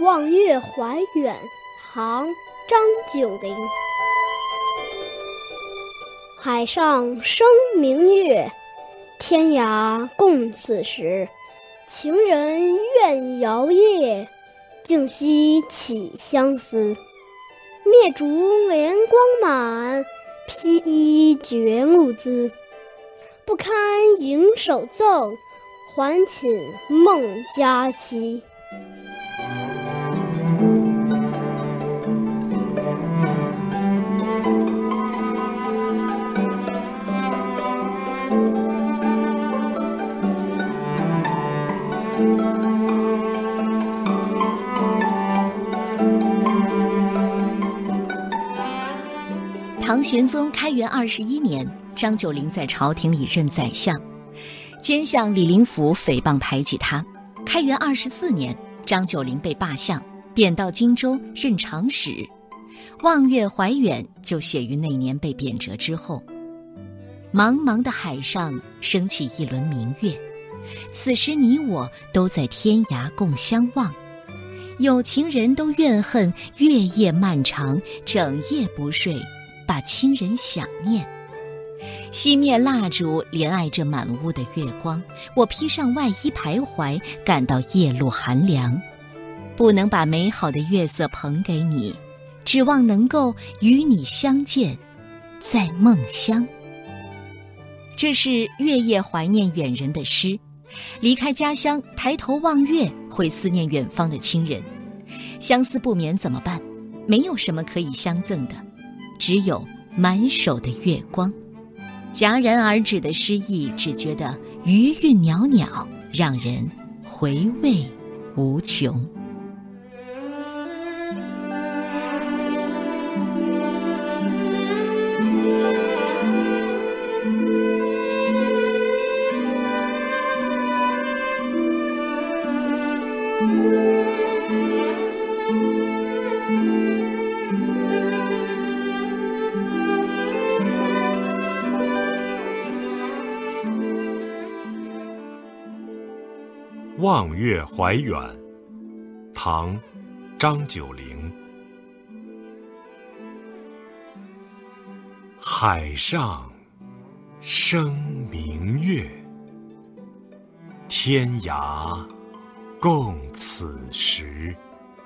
望月怀远，唐·张九龄。海上生明月，天涯共此时。情人怨遥夜，竟夕起相思。灭烛怜光满，披衣觉露滋。不堪盈手赠，还寝梦佳期。 唐玄宗开元21年，张九龄在朝廷里任宰相，奸相李林甫诽谤排挤他。开元24年，张九龄被罢相，贬到荆州任长史。《望月怀远》就写于那年被贬谪之后。茫茫的海上升起一轮明月，此时你我都在天涯共相望。有情人都怨恨月夜漫长，整夜不睡，把亲人想念。熄灭蜡烛，怜爱这满屋的月光，我披上外衣徘徊，感到夜路寒凉。不能把美好的月色捧给你，指望能够与你相见在梦乡。这是月夜怀念远人的诗，离开家乡，抬头望月，会思念远方的亲人。相思不眠怎么办？没有什么可以相赠的，只有满手的月光。戛然而止的诗意，只觉得余韵袅袅，让人回味无穷。 望月怀远，唐·张九龄。海上生明月，天涯共此时。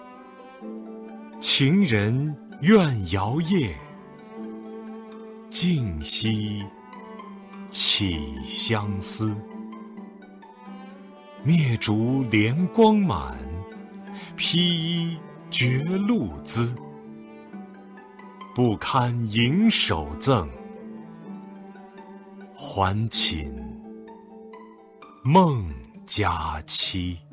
情人怨遥夜，竟夕起相思。灭烛怜光满，披衣觉露滋。不堪盈手赠，还寝梦佳期。